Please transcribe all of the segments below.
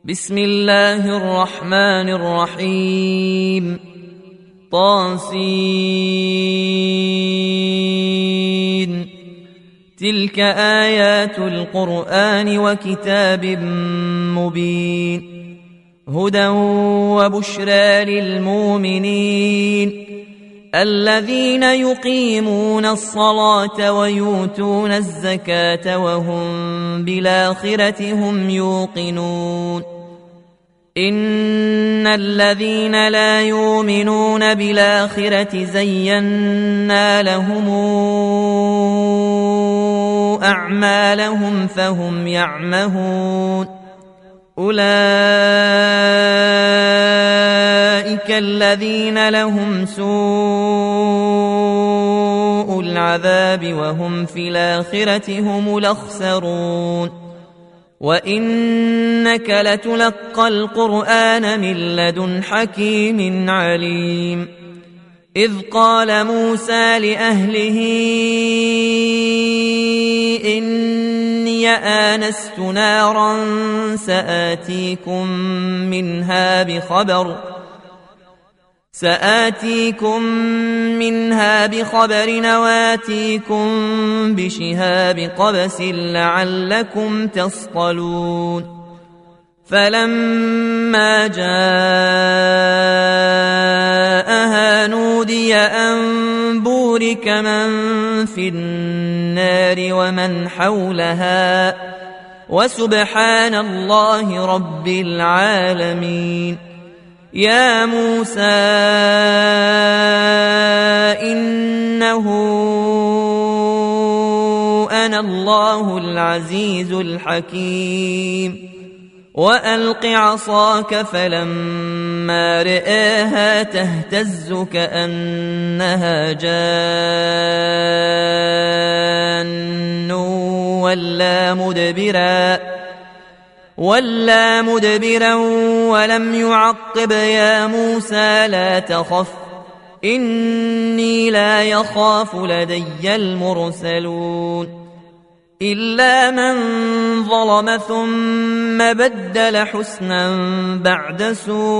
بسم الله الرحمن الرحيم. طاسين. تلك آيات القرآن وكتاب مبين، هدى وبشرى للمؤمنين الذين يقيمون الصلاة ويؤتون الزكاة وهم بالآخرة هم يوقنون. إن الذين لا يؤمنون بالآخرة زينا لهم أعمالهم فهم يعمهون. أولئك الذين لهم سوء العذاب وهم في الآخرة هم الأخسرون. وإنك لتلقى القرآن من لدن حكيم عليم. إذ قال موسى لأهله إني آنست نارا سآتيكم منها بخبر وآتيكم بشهاب قبس لعلكم تصطلون. فلما جاءها نودي أن بورك من في النار ومن حولها وسبحان الله رب العالمين. يا موسى إنه أنا الله العزيز الحكيم. وألق عصاك فلما رآها تهتز كأنها جان ولا مدبرا ولم يعقب. يا موسى لا تخف إني لا يخاف لدي المرسلون. إلا من ظلم ثم بدل حسنا بعد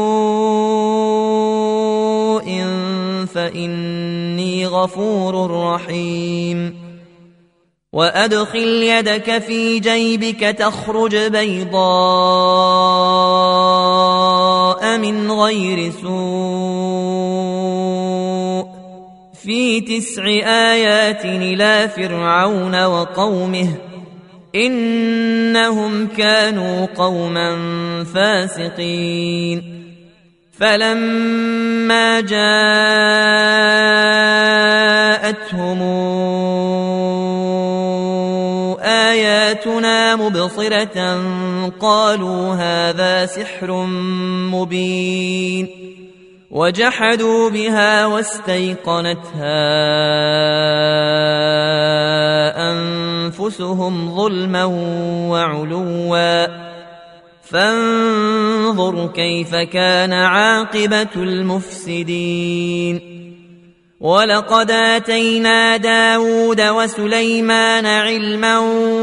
سوء فإني غفور رحيم. وأدخل يدك في جيبك تخرج بيضاء من غير سوء في 9 آيات إلى فرعون وقومه إنهم كانوا قوما فاسقين. فلما جاءتهم آياتنا مبصرة قالوا هذا سحر مبين. وجحدوا بها واستيقنتها أنفسهم ظلما وعلوا فانظر كيف كان عاقبة المفسدين. ولقد آتينا داود وسليمان علما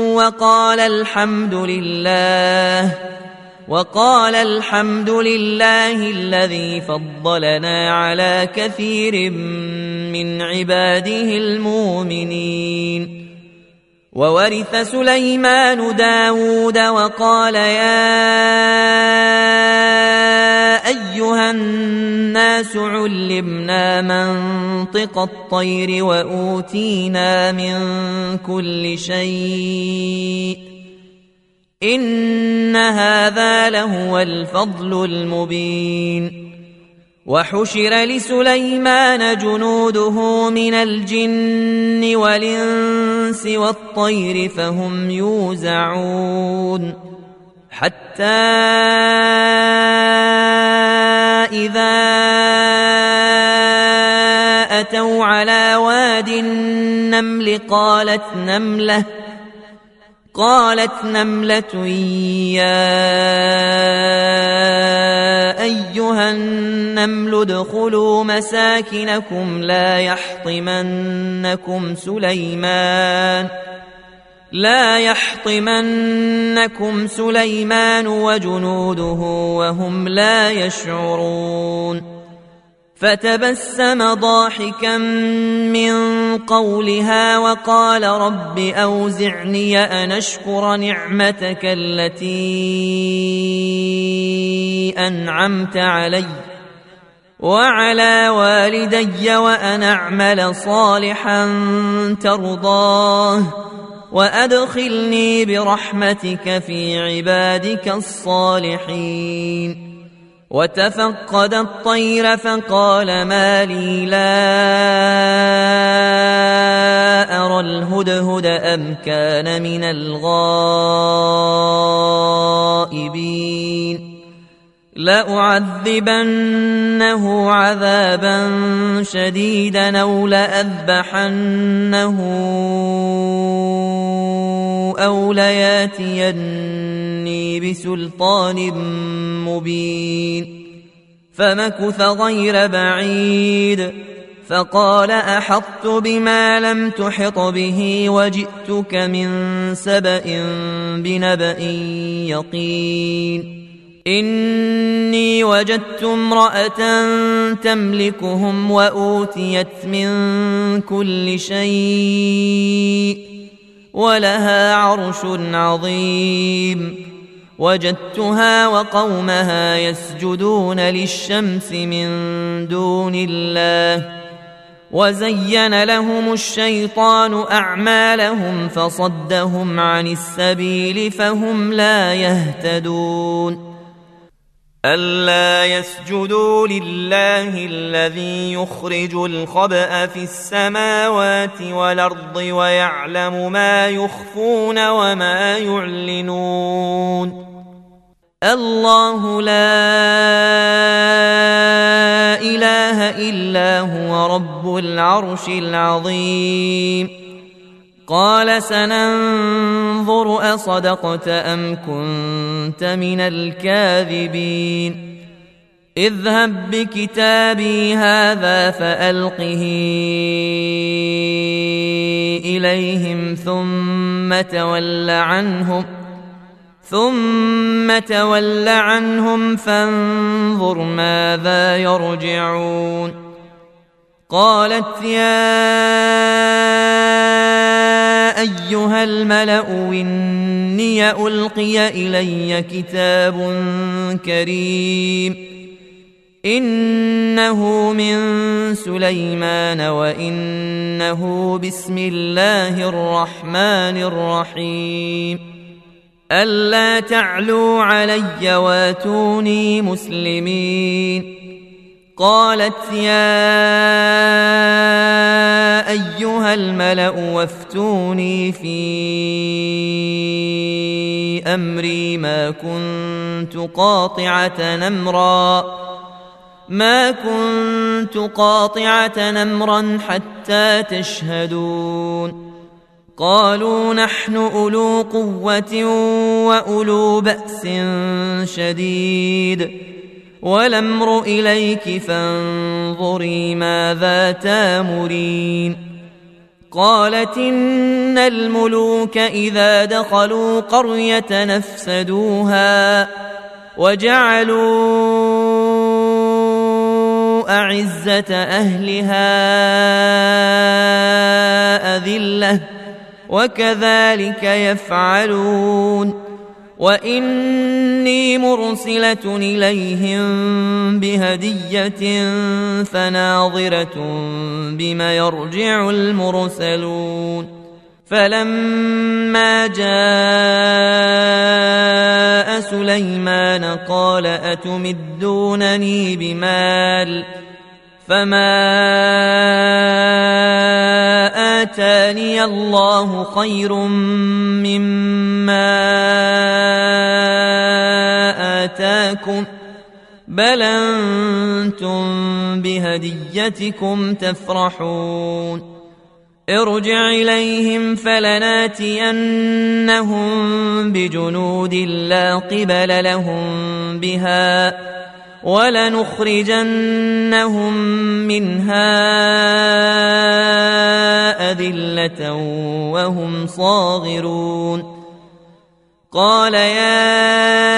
وقال الحمد لله الذي فضلنا على كثير من عباده المؤمنين. وورث سليمان داود وقال يا أيها الناس علمنا منطق الطير وأوتينا من كل شيء إن هذا لهو الفضل المبين. وحشر لسليمان جنوده من الجن والإنس والطير فهم يوزعون. حتى إذا أتوا على واد النمل قالت نملة يا أيها النمل ادخلوا مساكنكم لا يحطمنكم سليمان لا يحطمنكم سليمان وجنوده وهم لا يشعرون فتبسم ضاحكا من قولها وقال رب أوزعني أن أشكر نعمتك التي أنعمت علي وعلى والدي وأن أعمل صالحا ترضاه وأدخلني برحمتك في عبادك الصالحين وتفقد الطير فقال ما لي لا أرى الهدهد أم كان من الغائبين لأعذبنه عذابا شديدا أو لأذبحنه أو لياتيني بسلطان مبين فمكث غير بعيد فقال أحطت بما لم تحط به وجئتك من سبأ بنبأ يقين إني وجدت امرأة تملكهم وأوتيت من كل شيء ولها عرش عظيم وجدتها وقومها يسجدون للشمس من دون الله وزين لهم الشيطان أعمالهم فصدهم عن السبيل فهم لا يهتدون ألا يسجدوا لله الذي يخرج الخبأ في السماوات والأرض ويعلم ما يخفون وما يعلنون الله لا إله إلا هو رب العرش العظيم قال سننظر أصدقت أم كنت من الكاذبين اذهب بكتابي هذا فألقه إليهم ثم تول عنهم فانظر ماذا يرجعون قالت يا أيها الملأ إني ألقي إلي كتاب كريم إنه من سليمان وإنه بسم الله الرحمن الرحيم ألا تعلوا علي واتوني مسلمين قالت يا أيها الملأ وافتوني في أمري ما كنت قاطعة نمرا حتى تشهدون قالوا نحن أولو قوة وأولو بأس شديد والأمر إليك فانظري ماذا تامرين قالت إن الملوك إذا دخلوا قرية نفسدوها وجعلوا أعزة أهلها أذلة وكذلك يفعلون وإني مرسلة إليهم بهدية فناظرة بما يرجع المرسلون فلما جاء سليمان قال أتمدونني بمال فما آتاني الله خير مما آتاكم بل أنتم بهديتكم تفرحون ارجع إليهم فلناتينهم بجنود لا قبل لهم بها ولنخرجنهم منها أذلة وهم صاغرون قال يا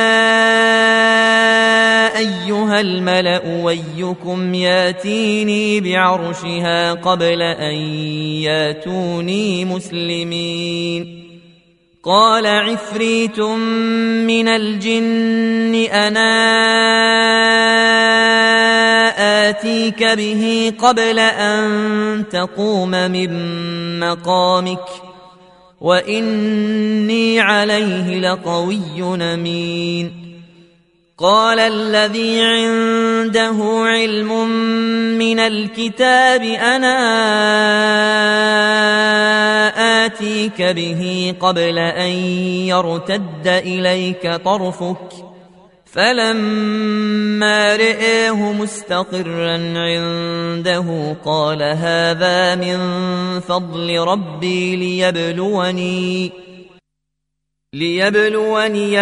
أيها الملأ أيكم ياتيني بعرشها قبل أن ياتوني مسلمين قال عفريت من الجن أنا آتيك به قبل أن تقوم من مقامك وإني عليه لقوي أمين قال الذي عنده علم من الكتاب أنا آتيك به قبل أن يرتد إليك طرفك فلما رآه مستقرا عنده قال هذا من فضل ربي ليبلوني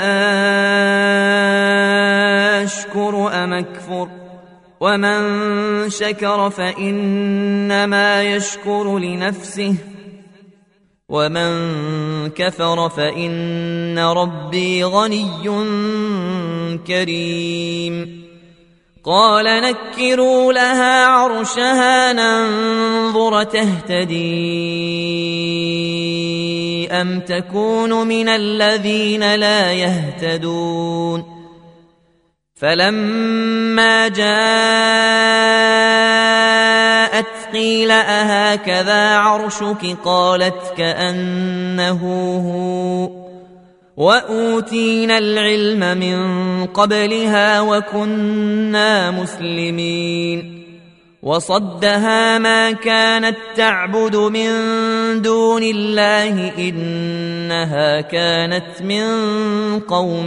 أشكر أم أكفر ومن شكر فإنما يشكر لنفسه ومن كفر فإن ربي غني كريم قال نكروا لها عرشها ننظر تهتدي أم تكون من الذين لا يهتدون فلما جاءت قيل أهكذا عرشك قالت كأنه هو وأوتينا العلم من قبلها وكنا مسلمين وصدها ما كانت تعبد من دون الله إنها كانت من قوم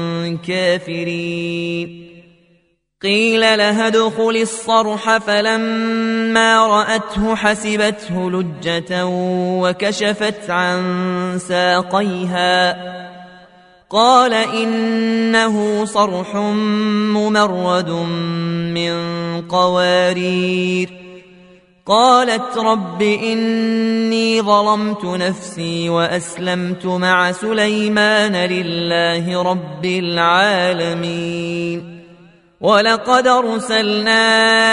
كافرين قيل لها ادخل الصرح فلما رأته حسبته لجة وكشفت عن ساقيها قال إنه صرح ممرد من قوارير قالت رب إني ظلمت نفسي وأسلمت مع سليمان لله رب العالمين ولقد أرسلنا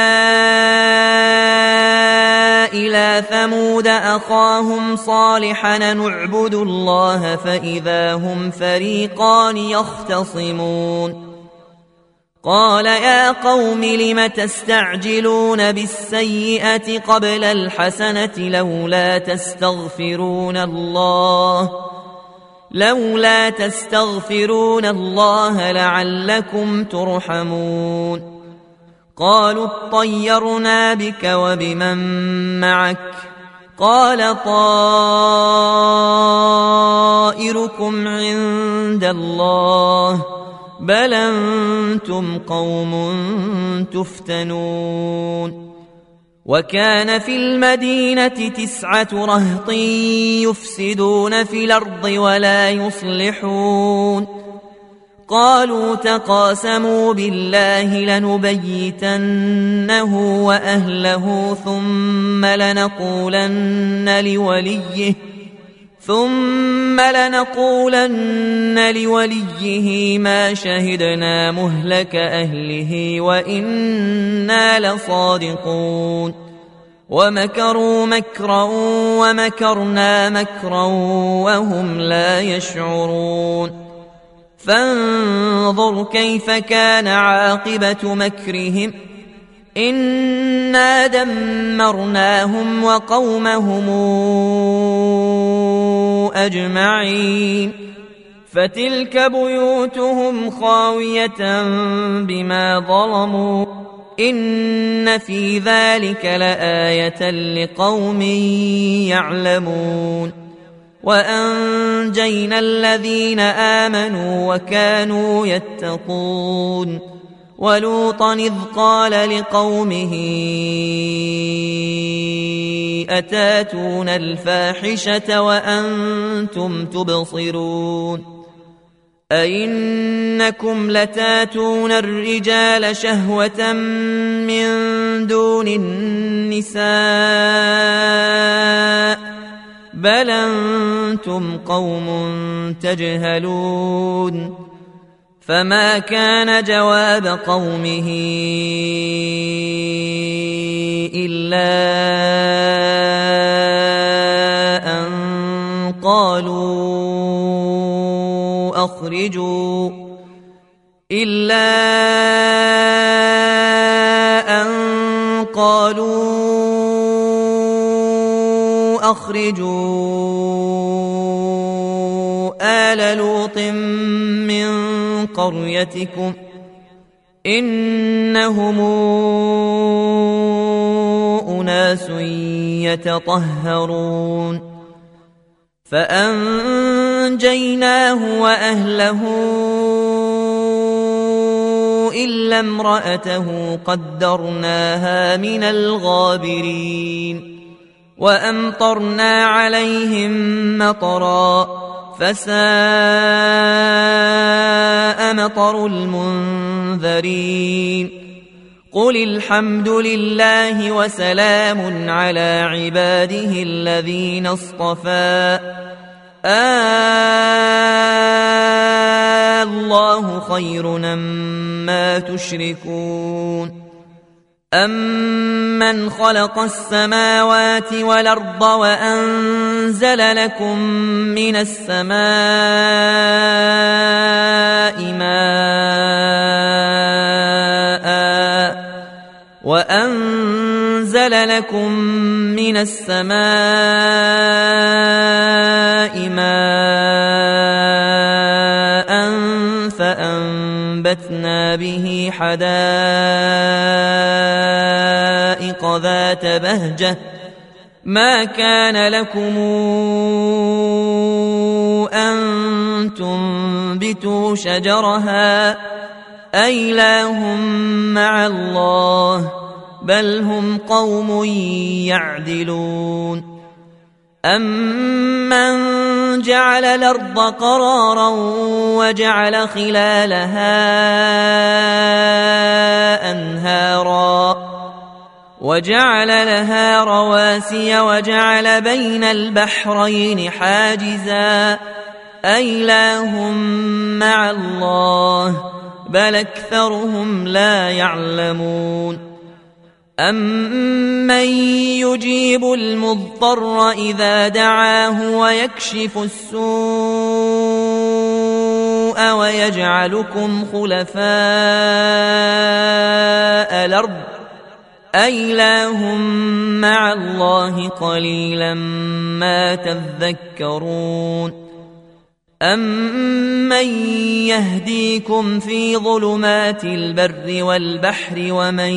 إلى ثمود أخاهم صالحا نعبد الله فإذا هم فريقان يختصمون قال يا قوم لم تستعجلون بالسيئة قبل الحسنة لولا تستغفرون الله لعلكم ترحمون قالوا اطيرنا بك وبمن معك قال طائركم عند الله بل أنتم قوم تفتنون وكان في المدينة 9 رهط يفسدون في الأرض ولا يصلحون قالوا تقاسموا بالله لنبيتنه وأهله ثم لنقولن لوليه ما شهدنا مهلك أهله وإنا لصادقون ومكروا مكرا ومكرنا مكرا وهم لا يشعرون فانظر كيف كان عاقبة مكرهم إنا دمرناهم وقومهم أجمعين فتلك بيوتهم خاوية بما ظلموا إن في ذلك لآية لقوم يعلمون وأنجينا الذين آمنوا وكانوا يتقون ولوطا إذ قال لقومه أتاتون الفاحشة وأنتم تبصرون أئنكم لتاتون الرجال شهوة من دون النساء بل أنتم قوم تجهلون فما كان جواب قومه إلا أن قالوا أخرجوا آل لوط من قريتكم إنهم أناس يتطهرون فأنجيناه وأهله إلا امرأته قدرناها من الغابرين وأمطرنا عليهم مطرا فساء مطر المنذرين قل الحمد لله وسلام على عباده الذين اصطفى الله خير أما تشركون أمن خلق السماوات والأرض وأنزل لكم من السماء ماء فأنبتنا به حدائق ذات بهجة ما كان لكم أن تنبتوا شجرها أإله مع الله بل هم قوم يعدلون أمن جعل الأرض قرارا وجعل خلالها أنهارا وجعل لها رواسي وجعل بين البحرين حاجزا أإله مع الله بل أكثرهم لا يعلمون أمن يجيب المضطر إذا دعاه ويكشف السوء ويجعلكم خلفاء الأرض أإله مع الله قليلا ما تذكرون أمن يهديكم في ظلمات البر والبحر ومن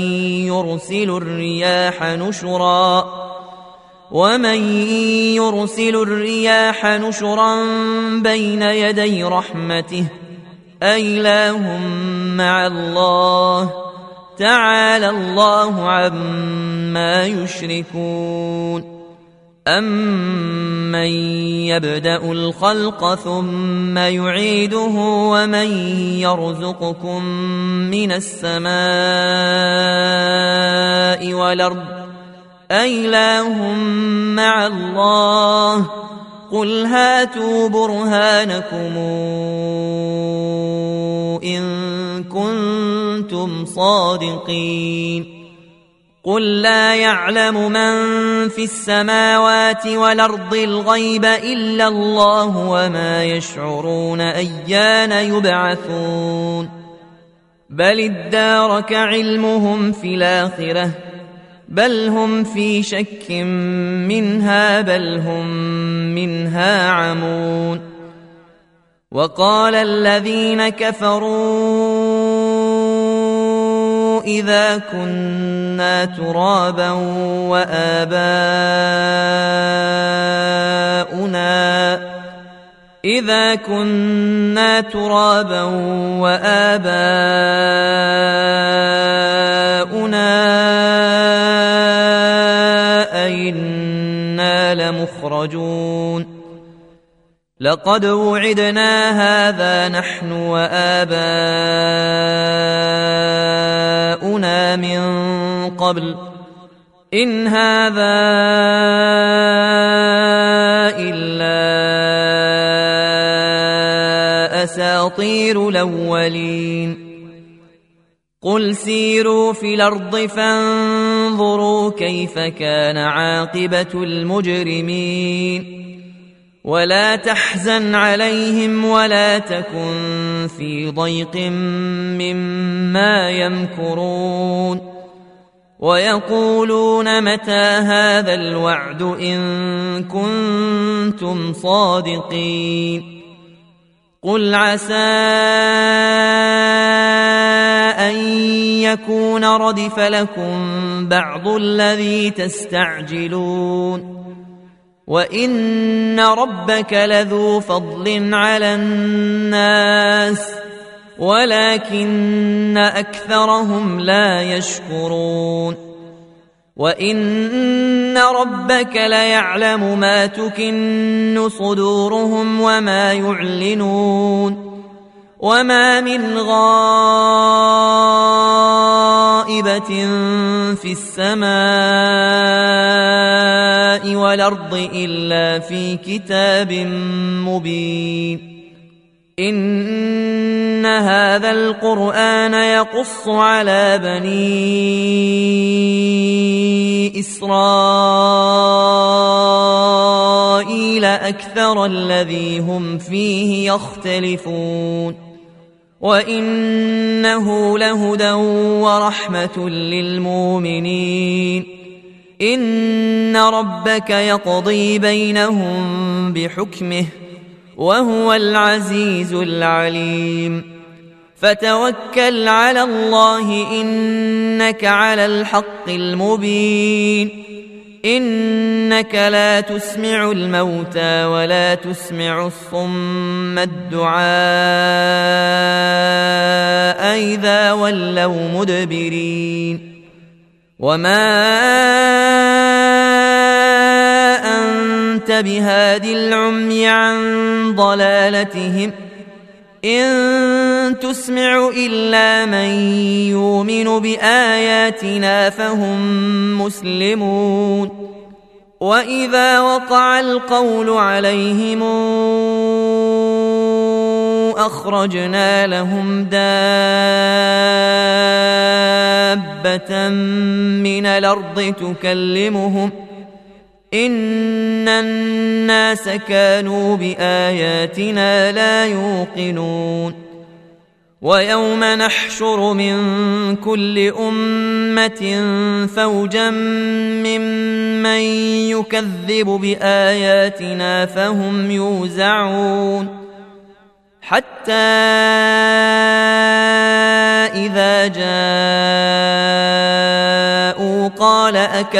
يرسل الرياح نشرا بين يدي رحمته أإله مع الله تعالى الله عما يشركون أمن يبدأ الخلق ثم يعيده ومن يرزقكم من السماء والأرض أإله مع الله قل هاتوا برهانكم إن كنتم صادقين قل لا يعلم من في السماوات والأرض الغيب إلا الله وما يشعرون أيان يبعثون بل ادارك علمهم في الآخرة بل هم في شك منها بل هم منها عمون وقال الذين كفروا إذا كنا ترابا وآباؤنا أئنا لمخرجون لقد وعدنا هذا نحن وآباؤنا من قبل إن هذا إلا أساطير الأولين قل سيروا في الأرض فانظروا كيف كان عاقبة المجرمين ولا تحزن عليهم ولا تكن في ضيق مما يمكرون ويقولون متى هذا الوعد إن كنتم صادقين قل عسى أن يكون ردف لكم بعض الذي تستعجلون وإن ربك لذو فضل على الناس ولكن أكثرهم لا يشكرون وإن ربك ليعلم ما تكن صدورهم وما يعلنون وما من غائبة في السماء والأرض إلا في كتاب مبين إن هذا القرآن يقص على بني إسرائيل أكثر الذي هم فيه يختلفون وإنه لهدى ورحمة للمؤمنين إن ربك يقضي بينهم بحكمه وهو العزيز العليم فتوكل على الله إنك على الحق المبين إنك لا تسمع الموتى ولا تسمع الصم الدعاء إذا ولوا مدبرين وما أنت بهاد العمي عن ضلالتهم إن تسمع إلا من يؤمن بآياتنا فهم مسلمون وإذا وقع القول عليهم أخرجنا لهم دابة من الأرض تكلمهم إن الناس كانوا بآياتنا لا يوقنون ويوم نحشر من كل أمة فوجا ممن يكذب بآياتنا فهم يوزعون حتى إذا جاءوا قال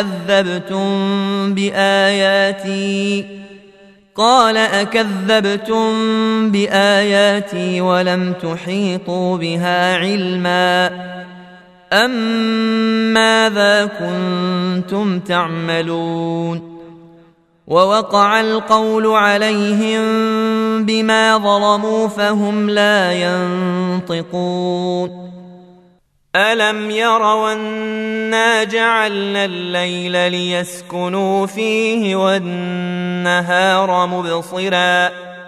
أكذبتم بآياتي ولم تحيطوا بها علما أم ماذا كنتم تعملون ووقع القول عليهم بما ظلموا فهم لا ينطقون ألم يروا أنا جعلنا الليل ليسكنوا فيه والنهار مبصرا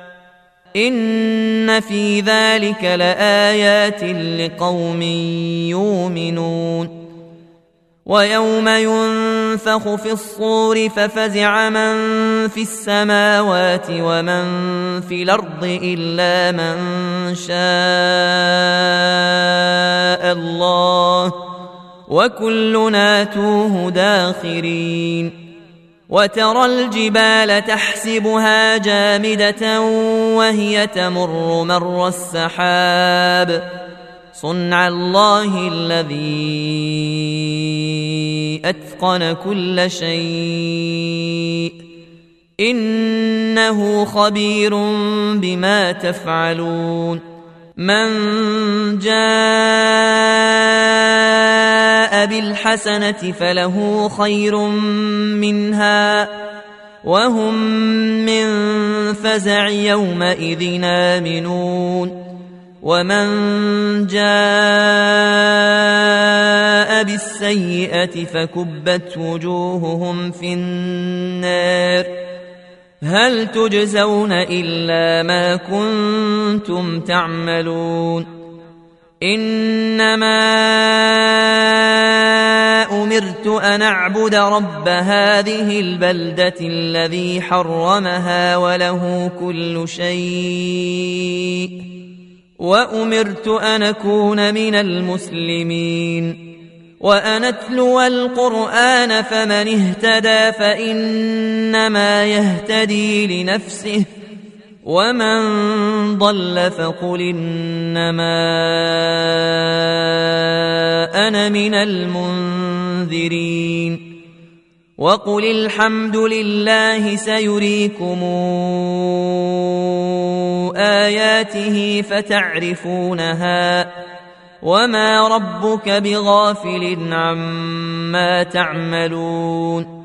إن في ذلك لآيات لقوم يؤمنون ويوم ينفخ في الصور ففزع من في السماوات ومن في الأرض إلا من شاء الله وكلنا آتوه داخرين وترى الجبال تحسبها جامدة وهي تمر مر السحاب صنع الله الذي أتقن كل شيء إنه خبير بما تفعلون من جاء بالحسنة فله خير منها وهم من فزع يومئذ آمنون ومن جاء بالسيئة فكبت وجوههم في النار هل تجزون إلا ما كنتم تعملون إنما أمرت أن أعبد رب هذه البلدة الذي حرمها وله كل شيء وأمرت أن أكون من المسلمين وأن أتلو القرآن فمن اهتدى فإنما يهتدي لنفسه ومن ضل فقل إنما أنا من المنذرين وقل الحمد لله سيريكم آياته فتعرفونها وما ربك بغافل عما تعملون